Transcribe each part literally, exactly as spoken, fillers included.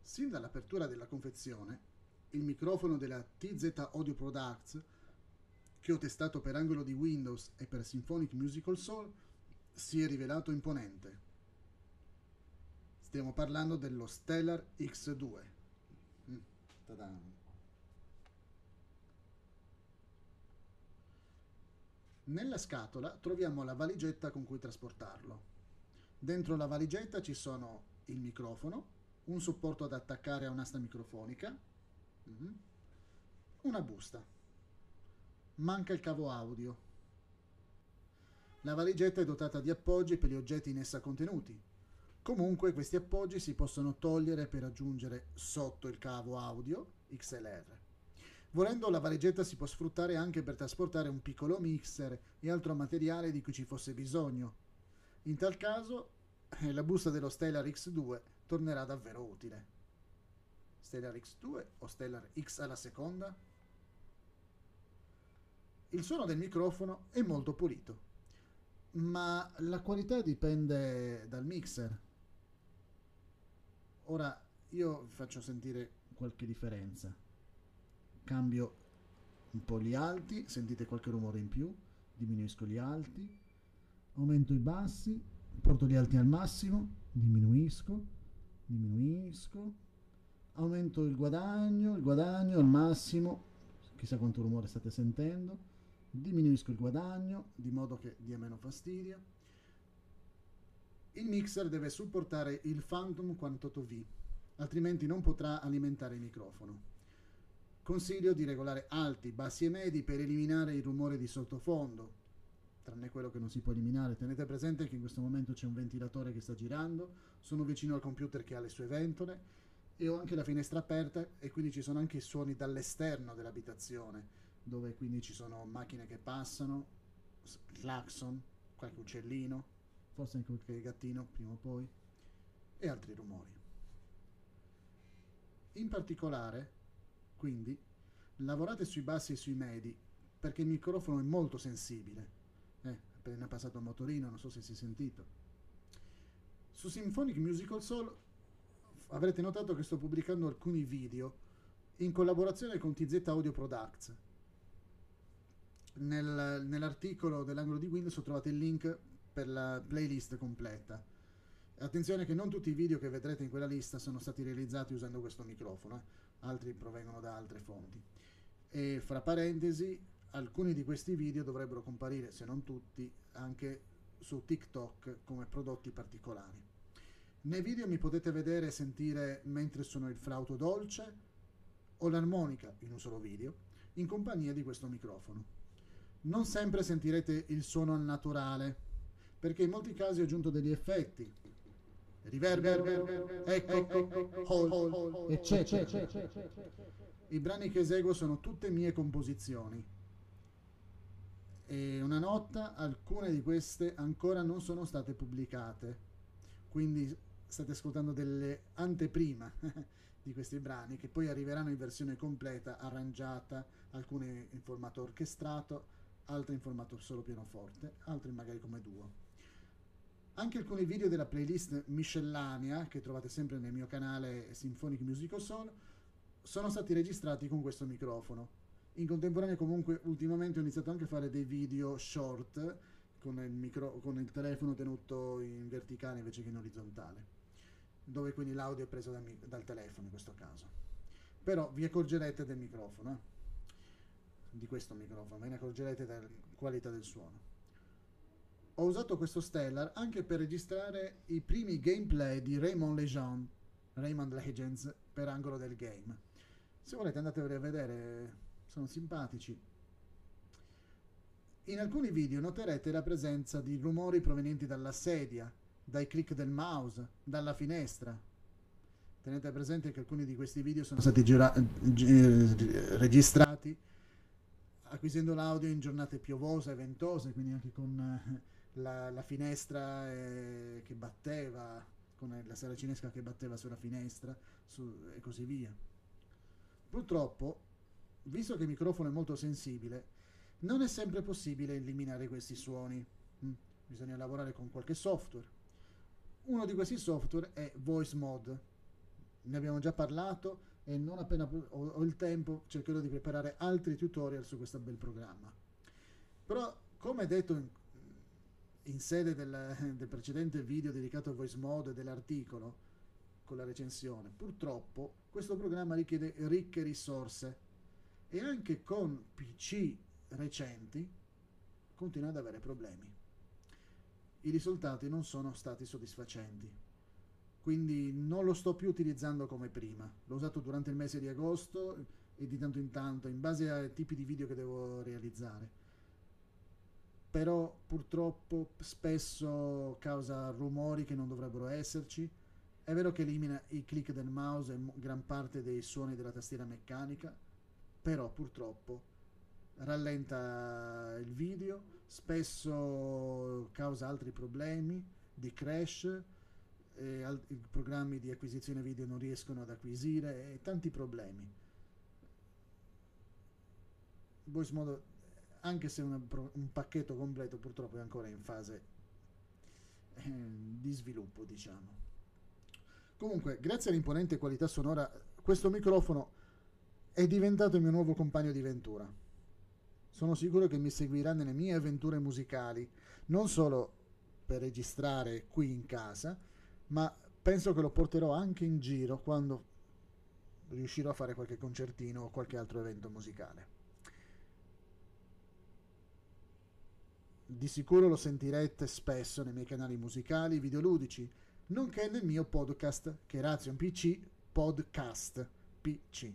Sin dall'apertura della confezione, il microfono della T Z Audio Products, che ho testato per angolo di Windows e per Symphonic Musical Soul, si è rivelato imponente. Stiamo parlando dello Stellar X due. Mm, ta-da. Nella scatola troviamo la valigetta con cui trasportarlo. Dentro la valigetta ci sono il microfono, un supporto da attaccare a un'asta microfonica, mm, una busta. Manca il cavo audio. La valigetta è dotata di appoggi per gli oggetti in essa contenuti. Comunque questi appoggi si possono togliere per aggiungere sotto il cavo audio X L R. Volendo, la valigetta si può sfruttare anche per trasportare un piccolo mixer e altro materiale di cui ci fosse bisogno. In tal caso, la busta dello Stellar X due tornerà davvero utile. Stellar X due o Stellar X alla seconda? Il suono del microfono è molto pulito, ma la qualità dipende dal mixer. Ora io vi faccio sentire qualche differenza. Cambio un po' gli alti, sentite qualche rumore in più, diminuisco gli alti, aumento i bassi, porto gli alti al massimo, diminuisco, diminuisco, aumento il guadagno, il guadagno al massimo, chissà quanto rumore state sentendo, diminuisco il guadagno di modo che dia meno fastidio. Il mixer deve supportare il Phantom quarantotto V, altrimenti non potrà alimentare il microfono. Consiglio di regolare alti, bassi e medi per eliminare il rumore di sottofondo, tranne quello che non si può eliminare. Tenete presente che in questo momento c'è un ventilatore che sta girando, sono vicino al computer che ha le sue ventole e ho anche la finestra aperta e quindi ci sono anche i suoni dall'esterno dell'abitazione, dove quindi ci sono macchine che passano, clacson, qualche uccellino, forse anche qualche gattino prima o poi, e altri rumori. In particolare, quindi, lavorate sui bassi e sui medi, perché il microfono è molto sensibile. Eh, appena passato il motorino, non so se si è sentito. Su Symphonic Musical Soul avrete notato che sto pubblicando alcuni video in collaborazione con T Z Audio Products. Nel, nell'articolo dell'angolo di Windows trovate il link per la playlist completa. Attenzione che non tutti i video che vedrete in quella lista sono stati realizzati usando questo microfono, eh. Altri provengono da altre fonti. E fra parentesi, alcuni di questi video dovrebbero comparire, se non tutti, anche su TikTok come prodotti particolari. Nei video mi potete vedere e sentire mentre suono il flauto dolce o l'armonica in un solo video, in compagnia di questo microfono. Non sempre sentirete il suono al naturale, perché in molti casi ho aggiunto degli effetti, riverbero, eco, hold, eccetera. I brani che eseguo sono tutte mie composizioni. E una nota, alcune di queste ancora non sono state pubblicate, quindi state ascoltando delle anteprima di questi brani che poi arriveranno in versione completa, arrangiata, alcune in formato orchestrato, altre in formato solo pianoforte, altre magari come duo. Anche alcuni video della playlist miscellanea, che trovate sempre nel mio canale Symphonic Musical Soul, sono stati registrati con questo microfono. In contemporanea comunque ultimamente ho iniziato anche a fare dei video short con il, micro, con il telefono tenuto in verticale invece che in orizzontale, dove quindi l'audio è preso dal, dal telefono in questo caso. Però vi accorgerete del microfono, eh? di questo microfono, ve ne accorgerete della qualità del suono. Ho usato questo Stellar anche per registrare i primi gameplay di Rayman Legends, Rayman Legends per angolo del game. Se volete andateveli a vedere, sono simpatici. In alcuni video noterete la presenza di rumori provenienti dalla sedia, dai click del mouse, dalla finestra. Tenete presente che alcuni di questi video sono stati gira- gi- registrati acquisendo l'audio in giornate piovose e ventose, quindi anche con la, la finestra eh, che batteva, con la saracinesca che batteva sulla finestra su, e così via. Purtroppo, visto che il microfono è molto sensibile, non è sempre possibile eliminare questi suoni. Mm, bisogna lavorare con qualche software. Uno di questi software è VoiceMod. ne abbiamo già parlato e non appena ho, ho il tempo cercherò di preparare altri tutorial su questo bel programma. Però, come detto in, in sede del, del precedente video dedicato a Voice Mode e dell'articolo con la recensione, purtroppo questo programma richiede ricche risorse e anche con P C recenti continua ad avere problemi. I risultati non sono stati soddisfacenti, quindi non lo sto più utilizzando come prima. L'ho usato durante il mese di agosto e di tanto in tanto in base ai tipi di video che devo realizzare, però purtroppo spesso causa rumori che non dovrebbero esserci. È vero che elimina i click del mouse e gran parte dei suoni della tastiera meccanica, però purtroppo rallenta il video, spesso causa altri problemi di crash, e al- i programmi di acquisizione video non riescono ad acquisire e tanti problemi. Voice Mode, anche se una, un pacchetto completo, purtroppo è ancora in fase eh, di sviluppo, diciamo. Comunque, grazie all'imponente qualità sonora, questo microfono è diventato il mio nuovo compagno di ventura. Sono sicuro che mi seguirà nelle mie avventure musicali, non solo per registrare qui in casa, ma penso che lo porterò anche in giro quando riuscirò a fare qualche concertino o qualche altro evento musicale. Di sicuro lo sentirete spesso nei miei canali musicali, videoludici, nonché nel mio podcast che è Ration P C Podcast P C.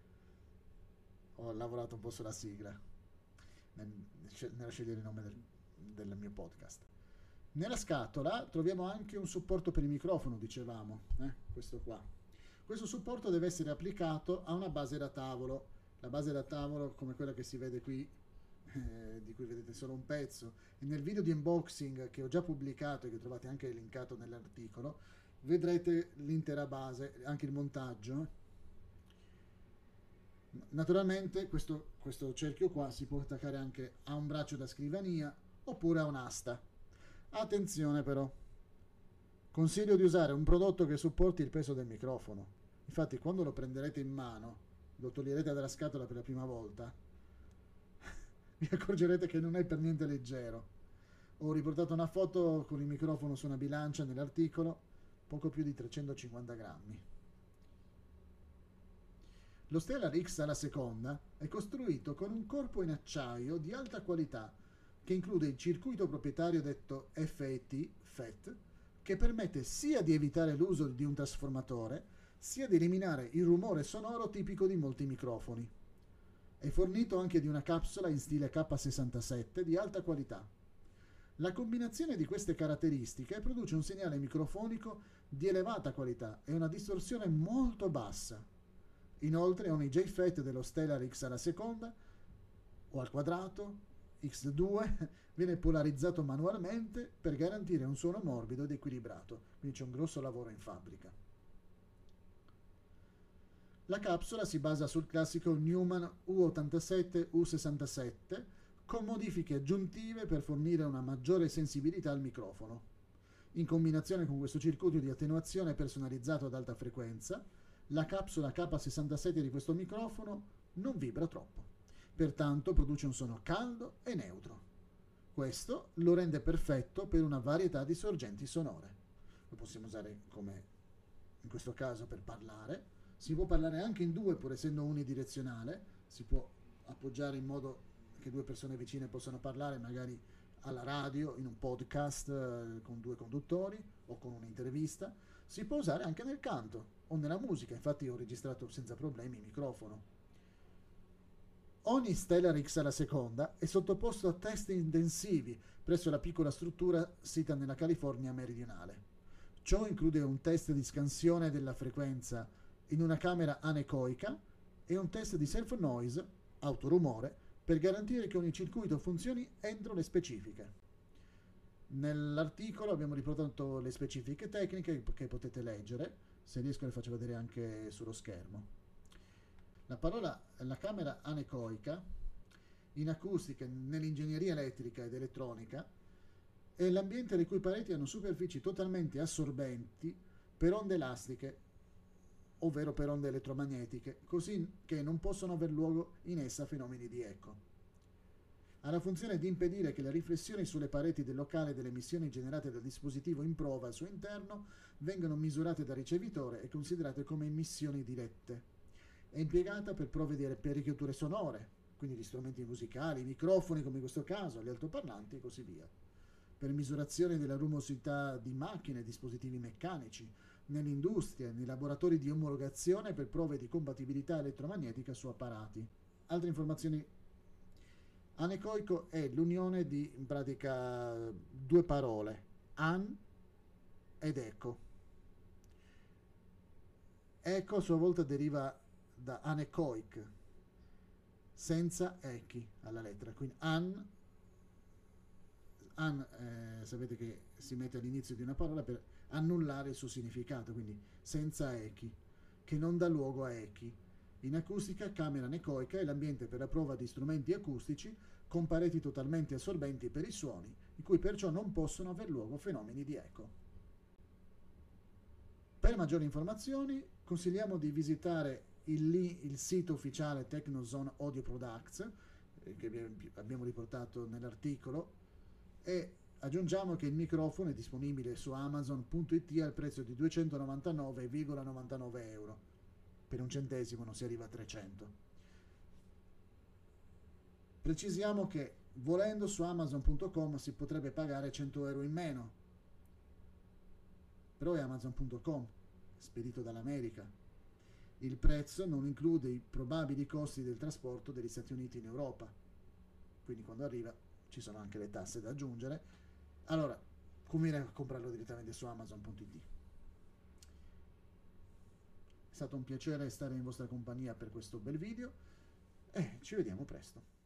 Ho lavorato un po' sulla sigla nella scegliere il nome del, del mio podcast. Nella scatola troviamo anche un supporto per il microfono, dicevamo, eh? Questo qua. Questo supporto deve essere applicato a una base da tavolo. La base da tavolo, come quella che si vede qui, eh, di cui vedete solo un pezzo, e nel video di unboxing che ho già pubblicato e che trovate anche linkato nell'articolo, vedrete l'intera base, anche il montaggio. Naturalmente questo, questo cerchio qua si può attaccare anche a un braccio da scrivania oppure a un'asta. Attenzione però, consiglio di usare un prodotto che supporti il peso del microfono. Infatti quando lo prenderete in mano, lo toglierete dalla scatola per la prima volta, vi accorgerete che non è per niente leggero. Ho riportato una foto con il microfono su una bilancia nell'articolo, poco più di trecentocinquanta grammi. Lo Stellar X alla seconda è costruito con un corpo in acciaio di alta qualità che include il circuito proprietario detto F E T, F E T, che permette sia di evitare l'uso di un trasformatore, sia di eliminare il rumore sonoro tipico di molti microfoni. È fornito anche di una capsula in stile K sessantasette di alta qualità. La combinazione di queste caratteristiche produce un segnale microfonico di elevata qualità e una distorsione molto bassa. Inoltre ogni J F E T dello Stellar X alla seconda o al quadrato X due viene polarizzato manualmente per garantire un suono morbido ed equilibrato, quindi c'è un grosso lavoro in fabbrica. La capsula si basa sul classico Neumann U ottantasette U sessantasette con modifiche aggiuntive per fornire una maggiore sensibilità al microfono. In combinazione con questo circuito di attenuazione personalizzato ad alta frequenza, la capsula K sessantasette di questo microfono non vibra troppo, pertanto produce un suono caldo e neutro. Questo lo rende perfetto per una varietà di sorgenti sonore. Lo possiamo usare come in questo caso per parlare, si può parlare anche in due pur essendo unidirezionale, si può appoggiare in modo che due persone vicine possano parlare magari alla radio, in un podcast eh, con due conduttori o con un'intervista. Si può usare anche nel canto o nella musica, infatti ho registrato senza problemi il microfono. Ogni Stellar X alla seconda è sottoposto a test intensivi presso la piccola struttura sita nella California meridionale. Ciò include un test di scansione della frequenza in una camera anecoica e un test di self-noise, autorumore, per garantire che ogni circuito funzioni entro le specifiche. Nell'articolo abbiamo riportato le specifiche tecniche che potete leggere, se riesco le faccio vedere anche sullo schermo. La parola, la camera anecoica, in acustica, nell'ingegneria elettrica ed elettronica, è l'ambiente le cui pareti hanno superfici totalmente assorbenti per onde elastiche ovvero per onde elettromagnetiche, così che non possono aver luogo in essa fenomeni di eco. Ha la funzione di impedire che le riflessioni sulle pareti del locale delle emissioni generate dal dispositivo in prova al suo interno vengano misurate dal ricevitore e considerate come emissioni dirette. È impiegata per prove di apparecchiature sonore, quindi gli strumenti musicali, i microfoni come in questo caso, gli altoparlanti e così via, per misurazione della rumorosità di macchine e dispositivi meccanici, nell'industria, nei laboratori di omologazione per prove di compatibilità elettromagnetica su apparati. Altre informazioni. Anecoico è l'unione di, in pratica, due parole, an ed eco. Eco a sua volta deriva da anecoic, senza echi alla lettera, quindi an, an eh, sapete che si mette all'inizio di una parola per annullare il suo significato, quindi senza echi, che non dà luogo a echi. In acustica, camera anecoica è l'ambiente per la prova di strumenti acustici con pareti totalmente assorbenti per i suoni, in cui perciò non possono aver luogo fenomeni di eco. Per maggiori informazioni consigliamo di visitare il, il sito ufficiale Technozone Audio Products, eh, che abbiamo riportato nell'articolo, e aggiungiamo che il microfono è disponibile su amazon punto it al prezzo di duecentonovantanove virgola novantanove euro. Per un centesimo non si arriva a trecento. Precisiamo che volendo su amazon punto com si potrebbe pagare cento euro in meno, però è amazon punto com, spedito dall'America. Il prezzo non include i probabili costi del trasporto degli Stati Uniti in Europa, quindi quando arriva ci sono anche le tasse da aggiungere. Allora, conviene a comprarlo direttamente su amazon punto it. È stato un piacere stare in vostra compagnia per questo bel video e ci vediamo presto.